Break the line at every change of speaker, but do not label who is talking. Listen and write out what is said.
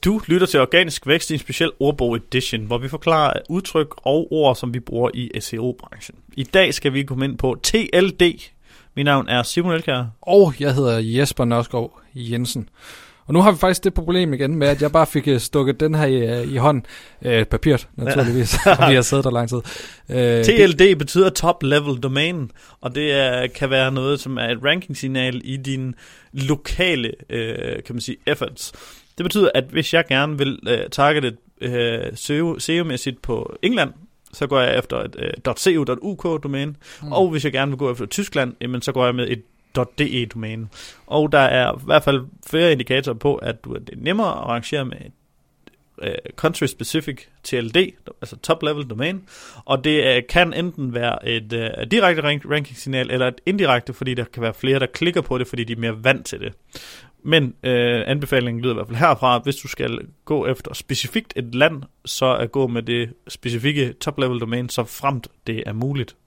Du lytter til Organisk Vækst i en speciel ordbog edition, hvor vi forklarer udtryk og ord, som vi bruger i SEO-branchen. I dag skal vi komme ind på TLD. Mit navn er Simon Elkjær.
Og jeg hedder Jesper Nørskov Jensen. Og nu har vi faktisk det problem igen med, at jeg bare fik stukket den her i hånden. Papiret, naturligvis. Ja. Vi har siddet der lang tid.
TLD betyder Top Level Domain, og det kan være noget, som er et rankingsignal i dine lokale kan man sige, efforts. Det betyder, at hvis jeg gerne vil targete SEO-mæssigt på England, så går jeg efter et .co.uk-domæne, og hvis jeg gerne vil gå efter Tyskland, jamen, så går jeg med et .de-domæne. Og der er i hvert fald flere indikatorer på, at det er nemmere at rangere med et country-specific TLD, altså top-level domæne, og det kan enten være et direkte ranking-signal, eller et indirekte, fordi der kan være flere, der klikker på det, fordi de er mere vant til det. Men anbefalingen lyder i hvert fald herfra, hvis du skal gå efter specifikt et land, så at gå med det specifikke top-level domæne, så fremt det er muligt.